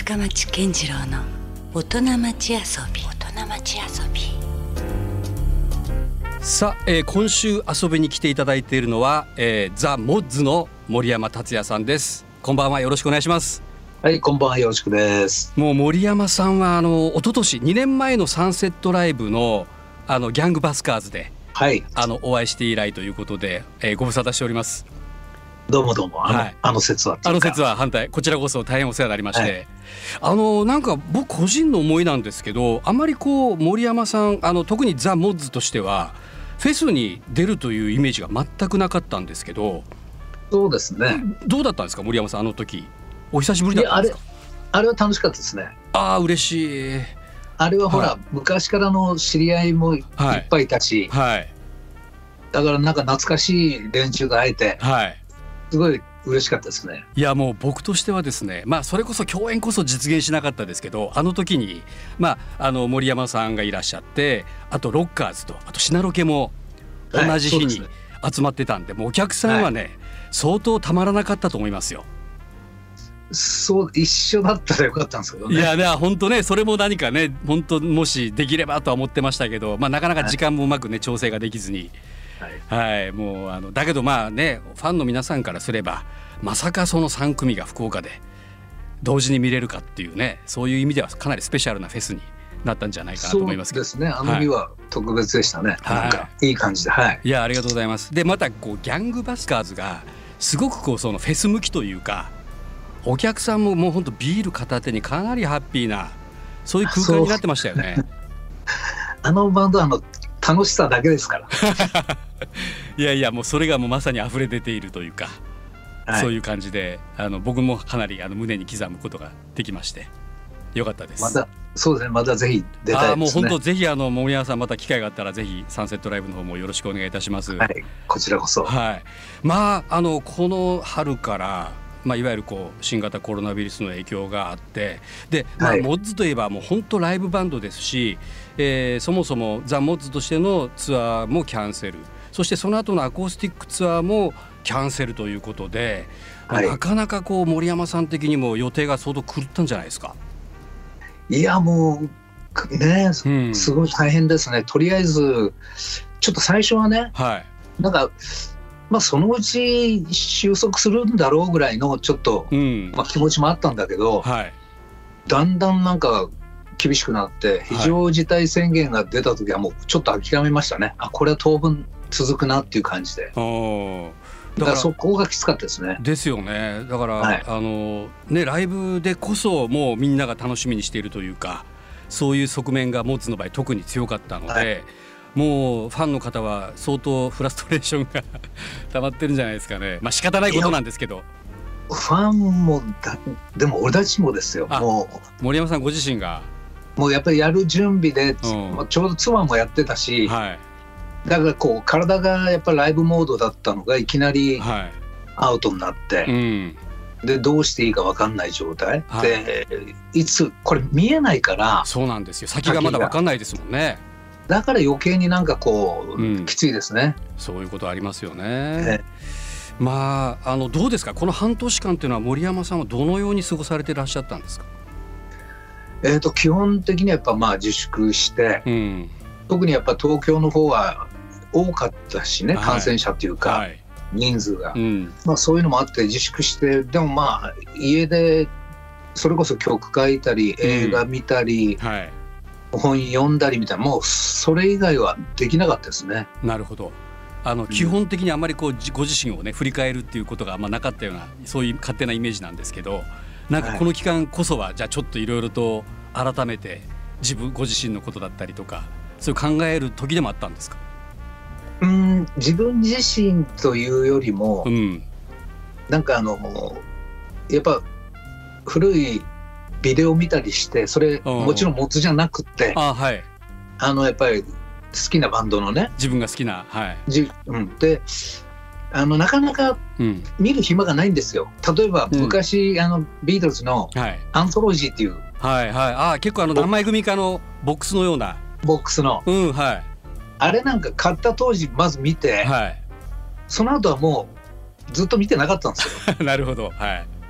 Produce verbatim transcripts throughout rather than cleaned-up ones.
深町健次郎の大人町遊び大人町遊び。 さあ、えー、今週遊びに来ていただいているのは、えー、ザ・モッズの森山達也さんです。こんばんは、よろしくお願いします。 はい、こんばんは、よろしくです。 もう森山さんはあの一昨年にねんまえのサンセットライブのあのギャングバスカーズで、はい、あのお会いして以来ということで、えー、ご無沙汰しております。 どうもどうも。あの、はい、あの説はあの説は反対、こちらこそ大変お世話になりまして、はい、あのなんか僕個人の思いなんですけど、あまりこう森山さん、あの特にザ・モッズとしてはフェスに出るというイメージが全くなかったんですけど。 そうですね。 どうだったんですか森山さん、あの時お久しぶりだったんですか？ あれ、あれは楽しかったですね。 ああ、嬉しい。 あれはほら、はい、昔からの知り合いもいっぱいいたし、 はいはい、 だからなんか懐かしい連中が会えて、はい、すごい嬉しかったですね。 いや、もう僕としてはですね、まあそれこそ共演こそ実現しなかったですけど、あの時に、まあ、あの森山さんがいらっしゃって、あとロッカーズとあとシナロケも同じ日に集まってたんで、はい、もうお客さんはね、はい、相当たまらなかったと思いますよ。 そう、一緒だったらよかったんですけどね。 いや、ね、本当ね、それも何かね、本当もしできればとは思ってましたけど、まあ、なかなか時間もうまくね、調整ができずに、はいはい、もうあのだけどまあね、ファンの皆さんからすればまさかそのさんくみが福岡で同時に見れるかっていうね、そういう意味ではかなりスペシャルなフェスになったんじゃないかなと思いますけど。 そうですね、あの日は特別でしたね、はい、なんかいい感じで、はい、 いや、ありがとうございます。でまたこうギャングバスカーズがすごくこうそのフェス向きというか、お客さんももう本当ビール片手にかなりハッピーな、そういう空間になってましたよね。 あのバンドはあの楽しさだけですから。 いやいや、もうそれがもうまさに溢れ出ているというか、はい、そういう感じで、あの僕もかなりあの胸に刻むことができましてよかったです。 またそうですね、またぜひ出たいですね。 あ、もう本当ぜひあの森山さん、また機会があったらぜひサンセットライブの方もよろしくお願いいたします。 はい、こちらこそ。 はい、まああのこの春からまあ、いわゆるこう新型コロナウイルスの影響があって、で、まあ、モッズといえばもう本当ライブバンドですし、えー、そもそもザ・モッズとしてのツアーもキャンセル、そしてその後のアコースティックツアーもキャンセルということで、はい、なかなかこう森山さん的にも予定が相当狂ったんじゃないですか？ いや、もうね、うん、すごい大変ですね。とりあえずちょっと最初はね、はい、なんかまあ、そのうち収束するんだろうぐらいのちょっと、うん、まあ、気持ちもあったんだけど、はい、だんだんなんか厳しくなって非常事態宣言が出た時はもうちょっと諦めましたね。あ、これは当分続くなっていう感じで。だからそこがきつかったですね。 ですよね。だから、はい、あのね、ライブでこそもうみんなが楽しみにしているというか、そういう側面がモッズの場合特に強かったので、はい、もうファンの方は相当フラストレーションが溜まってるんじゃないですかね。まあ仕方ないことなんですけど。 ファンもだ、でも俺たちもですよ。もう森山さんご自身がもうやっぱりやる準備で、うん、ちょうど妻もやってたし、はい、だからこう体がやっぱりライブモードだったのがいきなりアウトになって、はい、うん、でどうしていいか分かんない状態、はい、でいつこれ見えないから。そうなんですよ、先がまだ分かんないですもんね。だから余計になんかこう、うん、きついですね。 そういうことありますよね。えまあ、あのどうですか、この半年間っていうのは森山さんはどのように過ごされていらっしゃったんですか？ えーと、基本的にはやっぱまあ自粛して、うん、特にやっぱ東京の方は多かったしね、はい、感染者というか、はい、人数が、うん、まあ、そういうのもあって自粛して、でもまあ家でそれこそ曲書いたり映画見たり、うん、はい、本読んだりみたいな、もうそれ以外はできなかったですね。 なるほど。あの基本的にあまりこうご自身をね振り返るっていうことがあんまなかったような、そういう勝手なイメージなんですけど、なんかこの期間こそは、はい、じゃあちょっといろいろと改めて自分ご自身のことだったりとか、そういう考える時でもあったんですか？ うん、自分自身というよりも、うん、なんかあのやっぱ古いビデオ見たりして、それもちろんモッズじゃなくて、あ、はい、あのやっぱり好きなバンドのね、 自分が好きな、はい、 じ、うん、であのなかなか見る暇がないんですよ。例えば昔、うん、あのビートルズのアンソロジーっていう、 はいはい、あ、結構あの何枚組かのボックスのようなボックスの、 うん、はい、 あれなんか買った当時まず見て、はい、その後はもうずっと見てなかったんですよ。 なるほど、はい、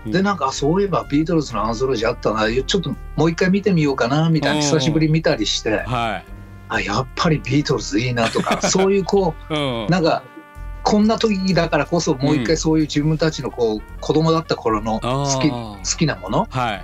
でなんかそういえばビートルズのアンソロジーあったな、ちょっともう一回見てみようかなみたいな、久しぶりに見たりして、はい、あやっぱりビートルズいいなとかそういうこう、うん、なんかこんな時だからこそもう一回そういう自分たちのこう子供だった頃の好き、好きなもの、はい、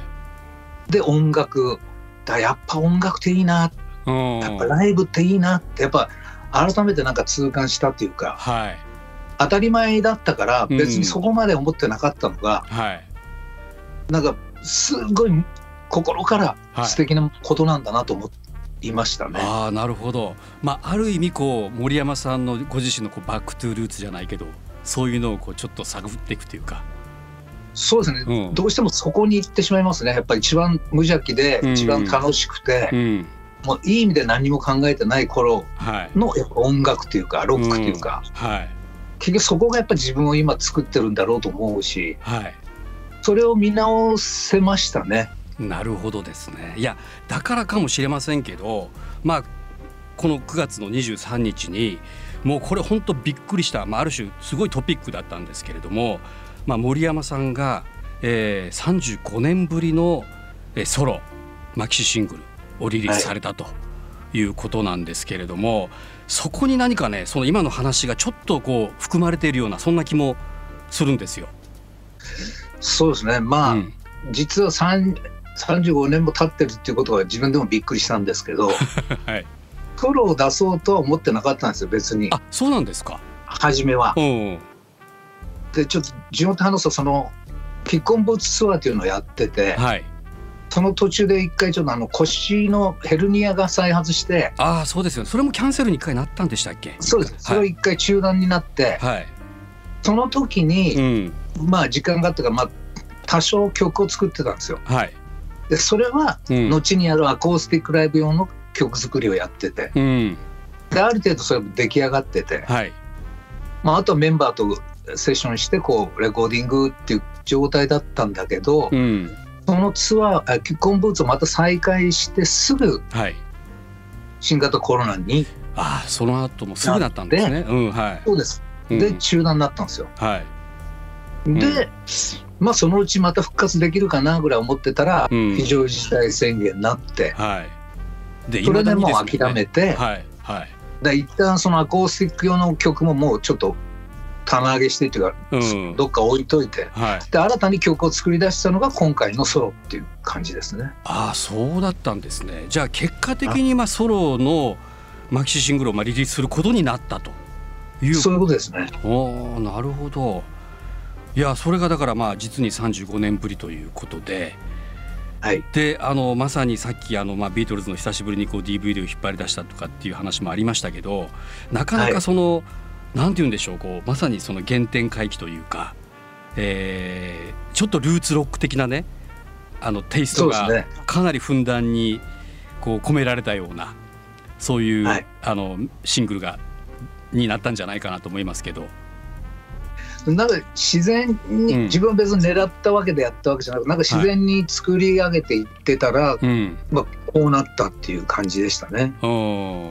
で音楽だ、やっぱ音楽っていいな、やっぱライブっていいなってやっぱ改めてなんか痛感したっていうか、はい、当たり前だったから別にそこまで思ってなかったのが、うんはい、なんかすごい心から素敵なことなんだなと思いましたね。 はい、ああなるほど、まあ、ある意味こう森山さんのご自身のこうバックトゥールーツじゃないけどそういうのをこうちょっと探っていくというか。 そうですね、うん、どうしてもそこに行ってしまいますね。やっぱり一番無邪気で一番楽しくて、うんうん、もういい意味で何も考えてない頃のやっぱ音楽というかロックというか、うんはい、結局そこがやっぱ自分を今作ってるんだろうと思うし、はい、それを見直せましたね。 なるほどですね。いやだからかもしれませんけど、まあこのくがつのにじゅうさんにちにもうこれ本当びっくりした、まあ、ある種すごいトピックだったんですけれども、まあ、森山さんが、えー、さんじゅうごねんぶりの、えー、ソロマキシシングルをリリースされたということなんですけれども、はい、そこに何かねその今の話がちょっとこう含まれているようなそんな気もするんですよ。 そうですね、まあ、うん、実はさんじゅうごねんも経ってるっていうことが自分でもびっくりしたんですけど、はい、ソロを出そうとは思ってなかったんですよ別に。 あ、そうなんですか。 初めは。うんでちょっと地元話すとそのキックオンブーツツアーっていうのをやってて、はい、その途中で一回ちょっとあの腰のヘルニアが再発して。 ああそうですよね。それもキャンセルに一回なったんでしたっけ。 そうです、はい、それを一回中断になって、はい、その時に、うん、まあ時間があったから、まあ、多少曲を作ってたんですよ、はい、でそれは後にやるアコースティックライブ用の曲作りをやってて、うん、である程度それも出来上がってて、はいまあ、あとはメンバーとセッションしてこうレコーディングっていう状態だったんだけど、うん、そのツアーキックオンブーツをまた再開してすぐ新型コロナに、 ああその後もすぐだったんですね、うんはい、 そうです、うん、で中断になったんですよ、はい、で、うんまあ、そのうちまた復活できるかなぐらい思ってたら、うん、非常事態宣言になって、はい、でそれでもう諦めて、はいはい、で一旦そのアコースティック用の曲ももうちょっと棚上げしてっていうか、うん、どっか置いといて、はい、で新たに曲を作り出したのが今回のソロっていう感じですね。 ああそうだったんですね。じゃあ結果的にまあソロのマキシシングルをまあリリースすることになったという。 そういうことですね。 おなるほど。いやそれがだからまあ実にさんじゅうごねんぶりということで、はい、であのまさにさっきあのまあビートルズの久しぶりにこう ディーブイディー を引っ張り出したとかっていう話もありましたけど、なかなかその、はいなんて言うんでしょう、こうまさにその原点回帰というか、えー、ちょっとルーツロック的なねあのテイストがかなりふんだんにこう込められたようなそういう、はい、あのシングルがになったんじゃないかなと思いますけど、 なんか自然に、うん、自分は別に狙ったわけでやったわけじゃなく、なんか自然に作り上げていってたら、はいまあ、こうなったっていう感じでしたね、うん、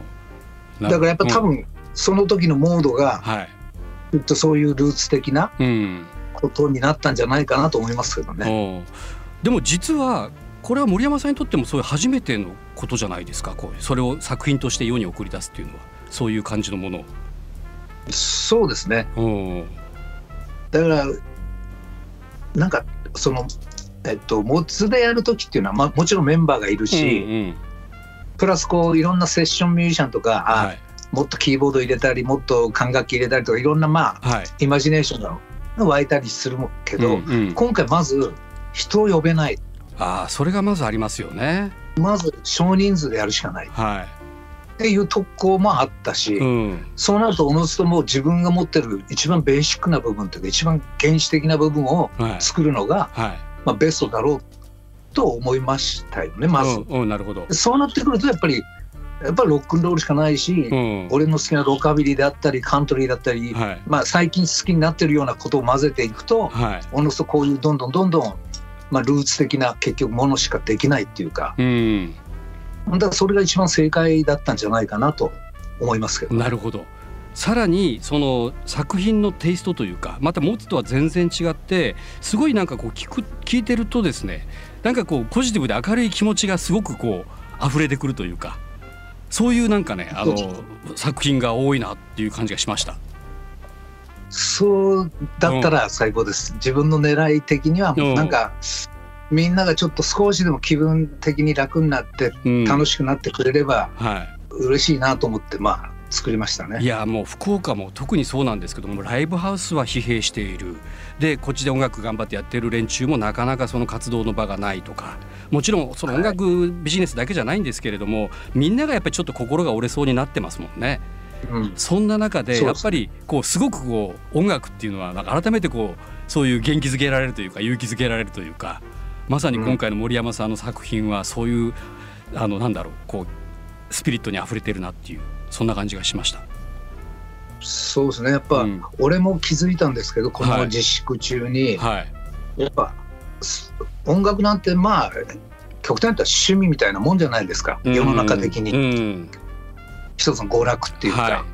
だからやっぱ多分、うんその時のモードが、はい、きっとそういうルーツ的なことになったんじゃないかなと思いますけどね、 うん、でも実はこれは森山さんにとってもそういう初めてのことじゃないですか。こうそれを作品として世に送り出すっていうのはそういう感じのもの。 そうですね、うん、だからなんかそのえっとモッツでやる時っていうのは、まあ、もちろんメンバーがいるし、うんうん、プラスこういろんなセッションミュージシャンとか、はいもっとキーボード入れたりもっと管楽器入れたりとかいろんなまあ、はい、イマジネーションが湧いたりするけど、うんうん、今回まず人を呼べない。 あそれがまずありますよね。 まず少人数でやるしかない、はい、っていう特攻もあったし、うん、そうなるとおのずともう自分が持ってる一番ベーシックな部分というか一番原始的な部分を作るのが、はいはいまあ、ベストだろうと思いましたよねまず、 うんうん、なるほど。 そうなってくるとやっぱりやっぱりロックンロールしかないし、うん、俺の好きなロカビリーであったりカントリーだったり、はいまあ、最近好きになってるようなことを混ぜていくと、はい、おのずとこういうどんどんどんどん、まあ、ルーツ的な結局ものしかできないっていうか、うん、だからそれが一番正解だったんじゃないかなと思いますけど、ね、 なるほど。 さらにその作品のテイストというか、またモッツとは全然違って、すごいなんかこう聞く聞いてるとですね、なんかこうポジティブで明るい気持ちがすごくこう溢れてくるというか、そういうなんかね、あの作品が多いなっていう感じがしました。 そうだったら最高です、うん、自分の狙い的にはなんか、うん、みんながちょっと少しでも気分的に楽になって楽しくなってくれれば嬉しいなと思って、まあ作りましたね。 いやもう福岡も特にそうなんですけども、ライブハウスは疲弊している。でこっちで音楽頑張ってやってる連中もなかなかその活動の場がないとか、もちろんその音楽ビジネスだけじゃないんですけれども、はい、みんながやっぱりちょっと心が折れそうになってますもんね。うん、そんな中でやっぱりこうすごくこう音楽っていうのはなんか改めてこうそういう元気づけられるというか勇気づけられるというか、まさに今回の森山さんの作品はそういうあのなんだろうこうスピリットにあふれてるなっていう、そんな感じがしました。 そうですね、やっぱ、うん、俺も気づいたんですけど、この自粛中に、はいはい、やっぱ音楽なんてまあ極端に言ったら趣味みたいなもんじゃないですか、世の中的に、うん、一つの娯楽っていうか、はい、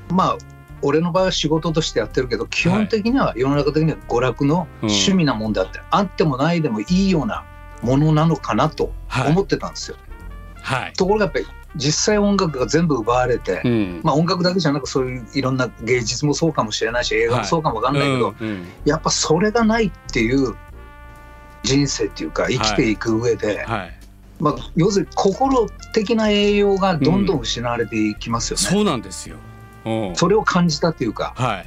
まあ俺の場合は仕事としてやってるけど、基本的には世の中的には娯楽の趣味なもんであって、うん、あってもないでもいいようなものなのかなと思ってたんですよ、はいはい、ところがやっぱり実際音楽が全部奪われて、うん、まあ音楽だけじゃなくそういういろんな芸術もそうかもしれないし、映画もそうかもわかんないけど、はいうんうん、やっぱそれがないっていう人生っていうか生きていく上で、はいはいまあ、要するに心的な栄養がどんどん失われていきますよね、 うん、そうなんですよ。 それを感じたっていうか、はい、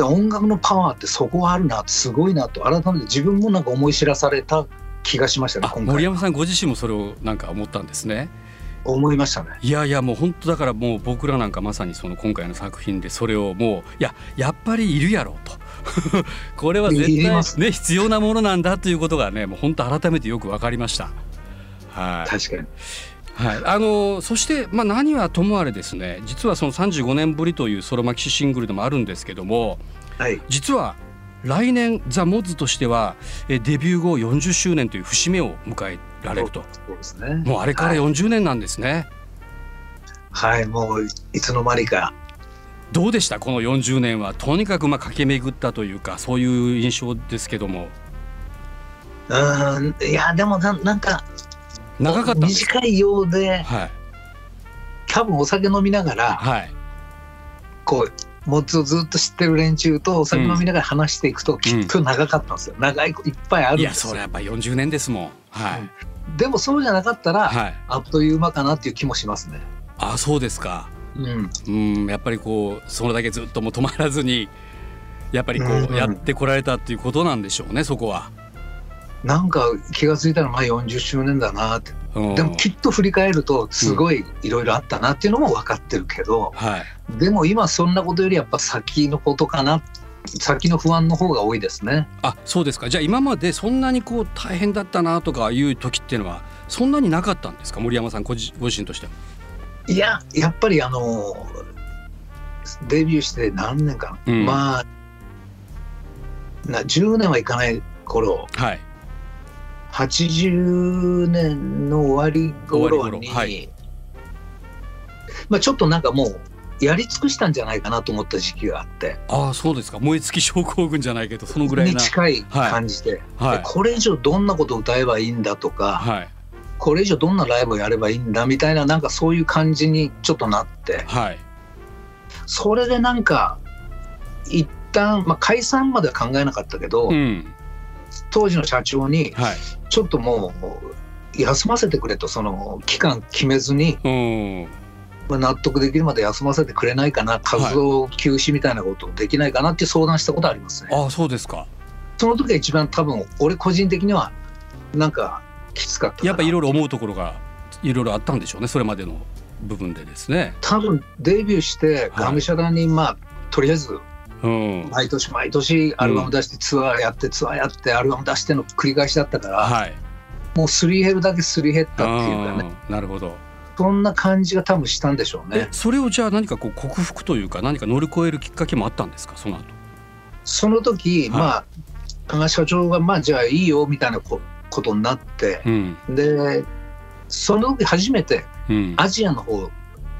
音楽のパワーってそこはあるな、すごいなと改めて自分もなんか思い知らされた気がしましたね。今回森山さんご自身もそれをなんか思ったんですね。 思いましたね。 いやいやもう本当だからもう僕らなんかまさにその今回の作品でそれをもういややっぱりいるやろうとこれは絶対ね必要なものなんだということがねもう本当改めてよく分かりました。 はい、確かに、 はい、あのそして、まあ、何はともあれですね、実はそのさんじゅうごねんぶりというソロマキシシングルでもあるんですけども、はい、実は来年ザ・モッズとしてはデビュー後よんじゅっしゅうねんという節目を迎えられると。 そうですね、 もうあれからよんじゅうねんなんですね。 はい、はい、もういつの間にか。 どうでしたこのよんじゅうねんは。とにかくまあ駆け巡ったというかそういう印象ですけども。 うーんいやでも な, なんか長かったんですか。 短いようで、はい、多分お酒飲みながら、はい、こうモッズをずっと知ってる連中とお酒飲みながら話していくと、うん、きっと長かったんですよ、うん、長いいっぱいあるんですよ。いやそれやっぱよんじゅうねんですもん、はい、 うん、でもそうじゃなかったら、はい、あっという間かなっていう気もしますね。 あ、そうですか。うん、うんやっぱりこうそれだけずっとも止まらずにやっぱりこうやってこられたっていうことなんでしょうね、そこは。なんか気がついたらまあよんじゅっしゅうねんだなって、うん、でもきっと振り返るとすごいいろいろあったなっていうのも分かってるけど、うんはい、でも今そんなことよりやっぱ先のことかな、先の不安の方が多いですね。 あ、そうですか。じゃあ今までそんなにこう大変だったなとかいう時っていうのはそんなになかったんですか、森山さんご自身としては。 いややっぱりあのデビューして何年かな、うん、まあなじゅうねんはいかない頃、はい、はちじゅうねんの終わり頃に、はい、まあ、ちょっとなんかもうやり尽くしたんじゃないかなと思った時期があって。 ああ、そうですか。燃え尽き症候群じゃないけどそのぐらいなに近い感じで、はいはい、でこれ以上どんなことを歌えばいいんだとか、はい、これ以上どんなライブをやればいいんだみたいな、なんかそういう感じにちょっとなって、はい、それでなんか一旦、まあ、解散までは考えなかったけど、うん、当時の社長にちょっともう休ませてくれと、その期間決めずに、うんまあ、納得できるまで休ませてくれないかな、活動休止みたいなことできないかなって相談したことありますね。 ああ、そうですか。 その時が一番多分俺個人的にはなんかきつかったかな。 やっぱいろいろ思うところがいろいろあったんでしょうね、それまでの部分でですね。 多分デビューしてがむしゃらに、まあとりあえず毎年毎年アルバム出してツアーやってツアーやってアルバム出しての繰り返しだったから、はい、もうすり減るだけすり減ったっていうかね。 なるほど。 そんな感じが多分したんでしょうね。 それをじゃあ何かこう克服というか何か乗り越えるきっかけもあったんですか、その後。 その時、はい、まあ加賀社長がまあじゃあいいよみたいなことになって、うん、でその時初めてアジアの方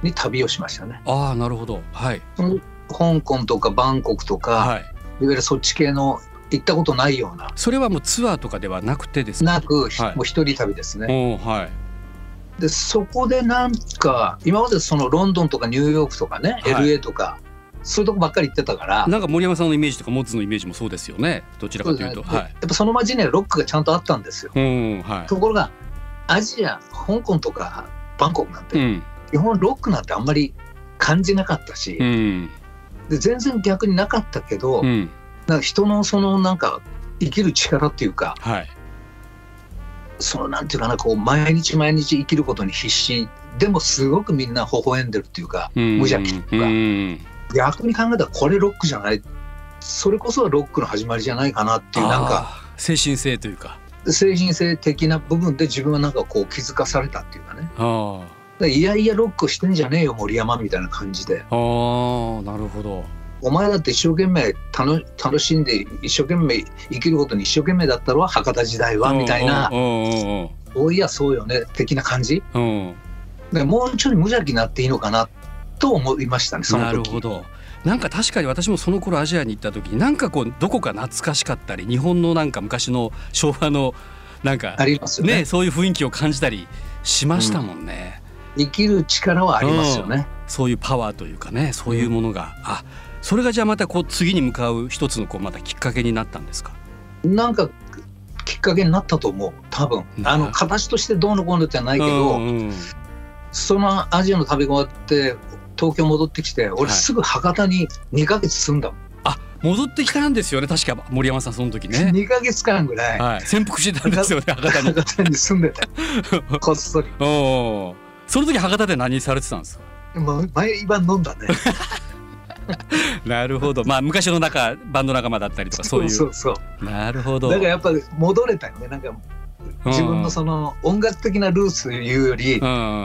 に旅をしましたね。 ああ、なるほど。はい。 香港とかバンコクとか、はい、いわゆるそっち系の行ったことないような。 それはもうツアーとかではなくてですか？ なく、はい、もう一人旅ですね。 お、はい。 でそこでなんか今までそのロンドンとかニューヨークとかね、はい、エルエー とかそういうとこばっかり行ってたから、 なんか森山さんのイメージとかモッズのイメージもそうですよね、どちらかというと。はい、やっぱその街にはロックがちゃんとあったんですよ。 うん、はい、 ところがアジア、香港とかバンコクなんて、うん、基本ロックなんてあんまり感じなかったし、うん、で全然逆になかったけど、うん、なんか人のそのなんか生きる力っていうか、はい、そのなんていうかな、こう毎日毎日生きることに必死でもすごくみんな微笑んでるっていうか、うん、無邪気とか、うん、逆に考えたらこれロックじゃない、それこそロックの始まりじゃないかなっていう、なんか精神性というか精神性的な部分で自分はなんかこう気づかされたっていうかね。ああ、いやいやロックしてんじゃねえよ森山みたいな感じで。 ああ、なるほど。 お前だって一生懸命楽, 楽しんで一生懸命生きることに一生懸命だったろ博多時代はみたいな、そういやそうよね的な感じ。でもうちょい無邪気になっていいのかなと思いましたね、その時。なるほど。 なんか確かに私もその頃アジアに行った時になんかこうどこか懐かしかったり、日本のなんか昔の昭和のなんかありますよね、 そういう雰囲気を感じたりしましたもんね、 うん、生きる力はありますよね、 うん、そういうパワーというかね、そういうものが、うん、あ、それがじゃあまたこう次に向かう一つのこうまたきっかけになったんですか？ なんかきっかけになったと思う、多分。あの形としてどうのこうのじゃないけど、うんうん、そのアジアの旅が終わって東京戻ってきて、俺すぐ博多ににかげつ住んだもん、 はい、あ、戻ってきたんですよね、確か森山さんその時ね。 にかげつかんぐらい、 はい、潜伏してたんですよね、博多に。 博多に住んでたこっそり。 お、その時博多で何されてたんですか？ 毎晩飲んだね。 なるほど。まあ昔の中バンド仲間だったりとかそういう。 そうそうそう。 なるほど。 だからやっぱり戻れたよね。なんか自分のその音楽的なルーツというより、うん、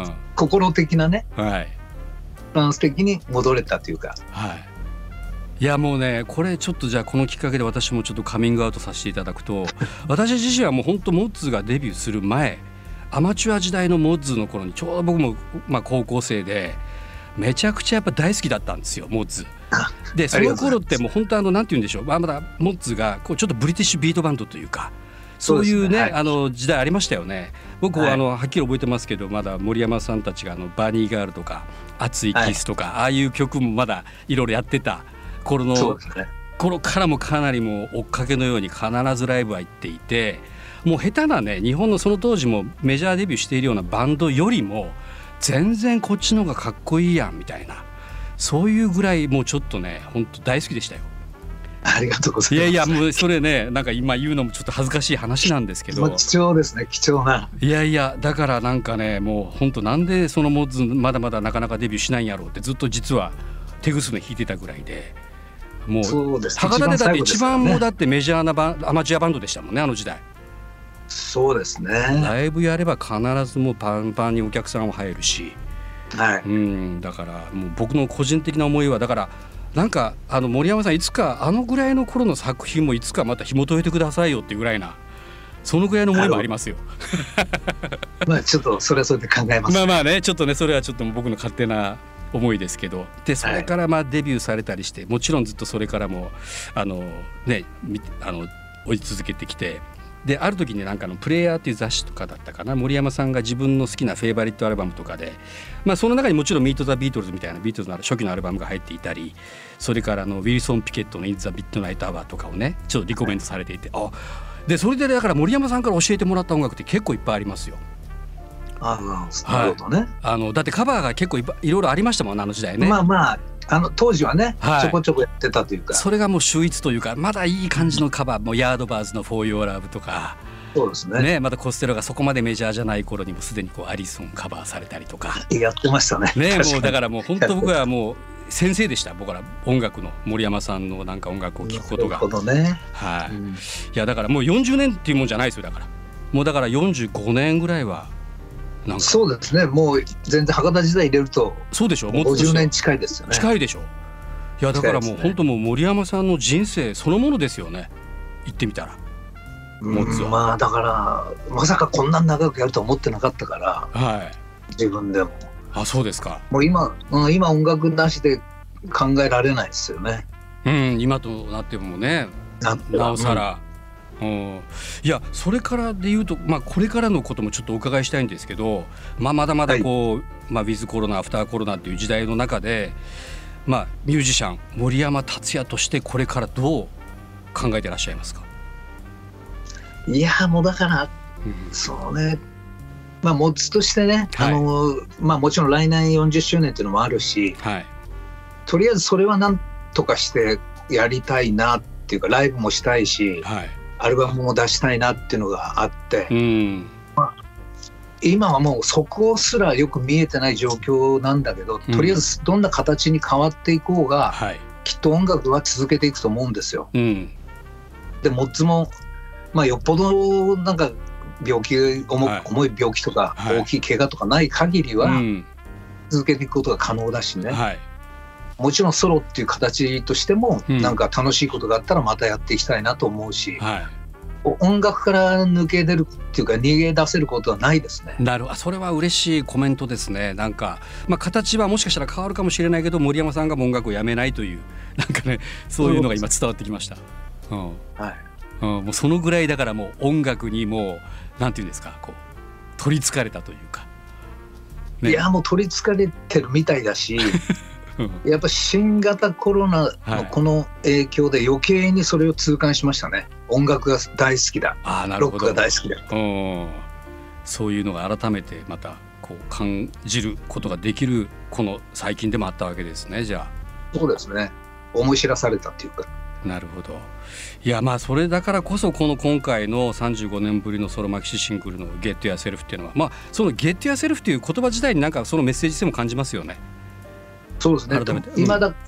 心的なね、はい、バランス的に戻れたというか。はい。 いやもうね、これちょっとじゃあこのきっかけで私もちょっとカミングアウトさせていただくと、私自身はもう本当モッズがデビューする前、アマチュア時代のモッズの頃にちょうど僕もまあ高校生で。めちゃくちゃやっぱ大好きだったんですよ、モッズで。その頃ってもう本当あのなんて言うんでしょう、まあ、まだモッズがこうちょっとブリティッシュビートバンドというか、そういうね、はい、あの時代ありましたよね。僕はあのはっきり覚えてますけど、まだ森山さんたちがあのバーニーガールとか熱いキスとか、はい、ああいう曲もまだいろいろやってた頃の、ね、頃からもかなりもう追っかけのように必ずライブは行っていて、もう下手なね日本のその当時もメジャーデビューしているようなバンドよりも全然こっちの方がかっこいいやんみたいな、そういうぐらいもうちょっとね本当大好きでしたよ。 ありがとうございます。 いやいやもうそれね、なんか今言うのもちょっと恥ずかしい話なんですけど、 貴重ですね、貴重な。 いやいやだからなんかね、もう本当なんでそのモッズまだまだなかなかデビューしないんやろうってずっと実は手ぐすね引いてたぐらいで、もう博多でだって一番もうだってメジャーなバンアマチュアバンドでしたもんね、あの時代。 そうですね。 ライブやれば必ずもうパンパンにお客さんは入るし、はい、うん、だからもう僕の個人的な思いはだからなんかあの森山さんいつかあのぐらいの頃の作品もいつかまた紐解いてくださいよっていうぐらいな、そのぐらいの思いもありますよ。 まあちょっとそれはそれで考えます、ね、 まあまあね、ちょっとねそれはちょっと僕の勝手な思いですけど、でそれからまあデビューされたりして、もちろんずっとそれからもあのねあの追い続けてきて、である時になんかのプレイヤーっていう雑誌とかだったかな、森山さんが自分の好きなフェイバリットアルバムとかで、まあ、その中にもちろんミート・ザ・ビートルズみたいなビートルズの初期のアルバムが入っていたり、それからあのウィルソン・ピケットのイン・ザ・ミッドナイト・アワーとかをねちょっとリコメントされていて、あでそれでだから森山さんから教えてもらった音楽って結構いっぱいありますよ。 あなるほどね、はい、 あのだってカバーが結構いっぱいいろいろありましたもんね、あの時代ね。 まあまああの当時はね、はい、ちょこちょこやってたというか、 それがもう秀逸というか、まだいい感じのカバーもヤードバーズの For Your Love とか、 そうですね。 ね、まだコステロがそこまでメジャーじゃない頃にもすでにこうアリソンカバーされたりとかやってましたね。 ね、もうだからもう本当僕はもう先生でした、僕ら音楽の森山さんのなんか音楽を聴くことが。 なるほどね。 はい、うん、いやだからもうよんじゅうねんっていうもんじゃないですよ。だからもうだからよんじゅうごねんぐらいはなんかそうですね。もう全然博多時代入れるとそうでしょ、 もうごじゅうねん近いですよね。 近いでしょ。いやだからもう本当もう森山さんの人生そのものですよね、言ってみたら。 うん、まあだからまさかこんなに長くやるとは思ってなかったから、はい、自分でもあ、そうですか。 もう今、うん、今音楽なしで考えられないですよね。 うん、今となってもね、な, なおさら、うん、いやそれからでいうと、まあ、これからのこともちょっとお伺いしたいんですけど、まあ、まだまだこう、はい、まあ、ウィズコロナアフターコロナっていう時代の中で、まあ、ミュージシャン森山達也としてこれからどう考えていらっしゃいますか？ いやもうだから、うん、そうね、まあモッズとしてね、はい、あのまあ、もちろん来年よんじゅっしゅうねんっていうのもあるし、はい、とりあえずそれは何とかしてやりたいなっていうか、ライブもしたいし、はい、アルバムも出したいなっていうのがあって、うん、まあ、今はもうそこすらよく見えてない状況なんだけど、とりあえずどんな形に変わっていこうが、うん、きっと音楽は続けていくと思うんですよ。うん、でモッズも、まあ、よっぽどなんか病気 重,、はい、重い病気とか大きい怪我とかない限りは続けていくことが可能だしね、はい、もちろんソロっていう形としてもなんか楽しいことがあったらまたやっていきたいなと思うし、はい、音楽から抜け出るっていうか逃げ出せることはないですね。 なるほど、それは嬉しいコメントですね。なんか、まあ、形はもしかしたら変わるかもしれないけど、森山さんが音楽をやめないという、なんかね、そういうのが今伝わってきました。うん、はい、うん、もうそのぐらいだから、もう音楽にもうなんていうんですか、こう取りつかれたというか、 ね、いやもう取りつかれてるみたいだしやっぱ新型コロナのこの影響で余計にそれを痛感しましたね。音楽が大好きだ、あ、なるほど、ロックが大好きだ、うん、 そういうのが改めてまたこう感じることができるこの最近でもあったわけですね。じゃあそうですね、思い知らされたっていうか。 なるほど。いや、まあそれだからこそこの今回のさんじゅうごねんぶりのソロマキシシングルのゲットやセルフっていうのは、まあそのゲットやセルフっていう言葉自体になんかそのメッセージ性も感じますよね。 そうですね、改めて、今だ、うん、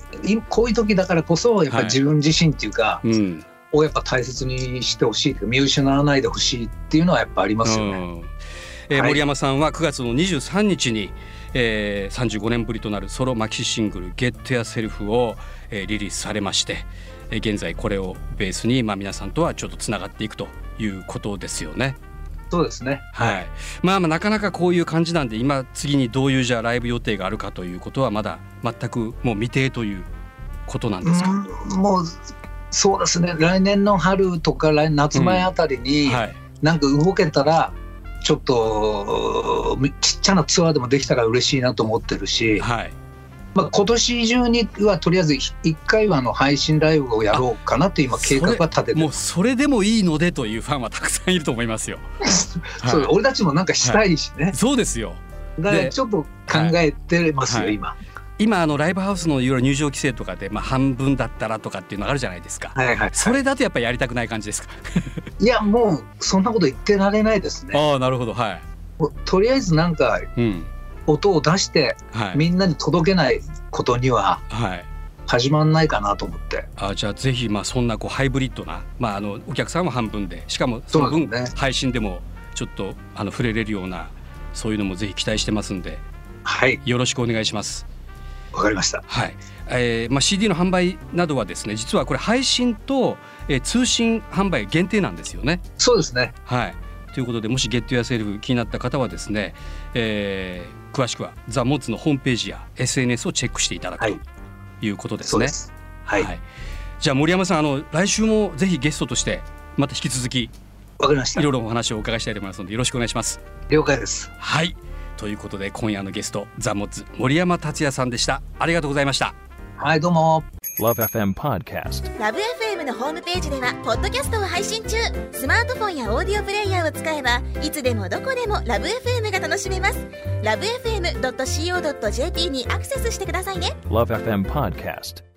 こういう時だからこそやっぱり自分自身っていうか、はい、うん、をやっぱ大切にしてほしいというか、見失わないでほしいっていうのはやっぱありますよね。うん、 えーはい、森山さんはくがつのにじゅうさんにちに、えー、さんじゅうごねんぶりとなるソロマキシシングルゲットやセルフを、えー、リリースされまして、現在これをベースに、まあ、皆さんとはちょっとつながっていくということですよね。 そうですね、 はい、まあ、まあなかなかこういう感じなんで、今次にどういうじゃあライブ予定があるかということはまだ全くもう未定ということなんですか？ うん、もうそうですね、来年の春とか来夏前あたりに、うん、はい、なんか動けたらちょっとちっちゃなツアーでもできたら嬉しいなと思ってるし、はい、まあ、今年中にはとりあえずいっかいはあの配信ライブをやろうかなと今計画は立ててる。 もうそれでもいいのでというファンはたくさんいると思いますよそう、はい、俺たちもなんかしたいしね、はい、 そうですよ。 だからちょっと考えてますよ、はい、今今あのライブハウスのいろいろ入場規制とかで、まあ、半分だったらとかっていうのがあるじゃないですか、はいはいはい、それだとやっぱりやりたくない感じですか？ いやもうそんなこと言ってられないですね。 ああ、なるほど、はい、 とりあえずなんか、うん、音を出して、はい、みんなに届けないことには始まんないかなと思って、はい、 あ、じゃあぜひ、まあ、そんなこうハイブリッドな、まあ、あのお客さんは半分で、しかもその分、ね、配信でもちょっとあの触れれるような、そういうのもぜひ期待してますんで、はい、よろしくお願いします。 わかりました。 はい、えーまあ、シーディー の販売などはですね、実はこれ配信と、えー、通信販売限定なんですよね。 そうですね、 はい、ということで、もしゲットやセルフ気になった方はですね、えー、詳しくはザ・モッズのホームページや エスエヌエス をチェックしていただく、はい、ということですね。そうです、はいはい、じゃあ森山さん、あの来週もぜひゲストとしてまた引き続きわかりました、 いろいろお話をお伺いしたいと思いますのでよろしくお願いします。 了解です。 はい、ということで今夜のゲストザ・モッズ森山達也さんでした。ありがとうございました。 はい、どうも。 ラブ エフエム Podcast。 ラブ エフエム のホームページではポッドキャストを配信中。スマートフォンやオーディオプレイヤーを使えばいつでもどこでもラブ エフエム が楽しめます。 ラブエフエムドットシーオードットジェーピー にアクセスしてくださいね。 ラブ エフエム Podcast。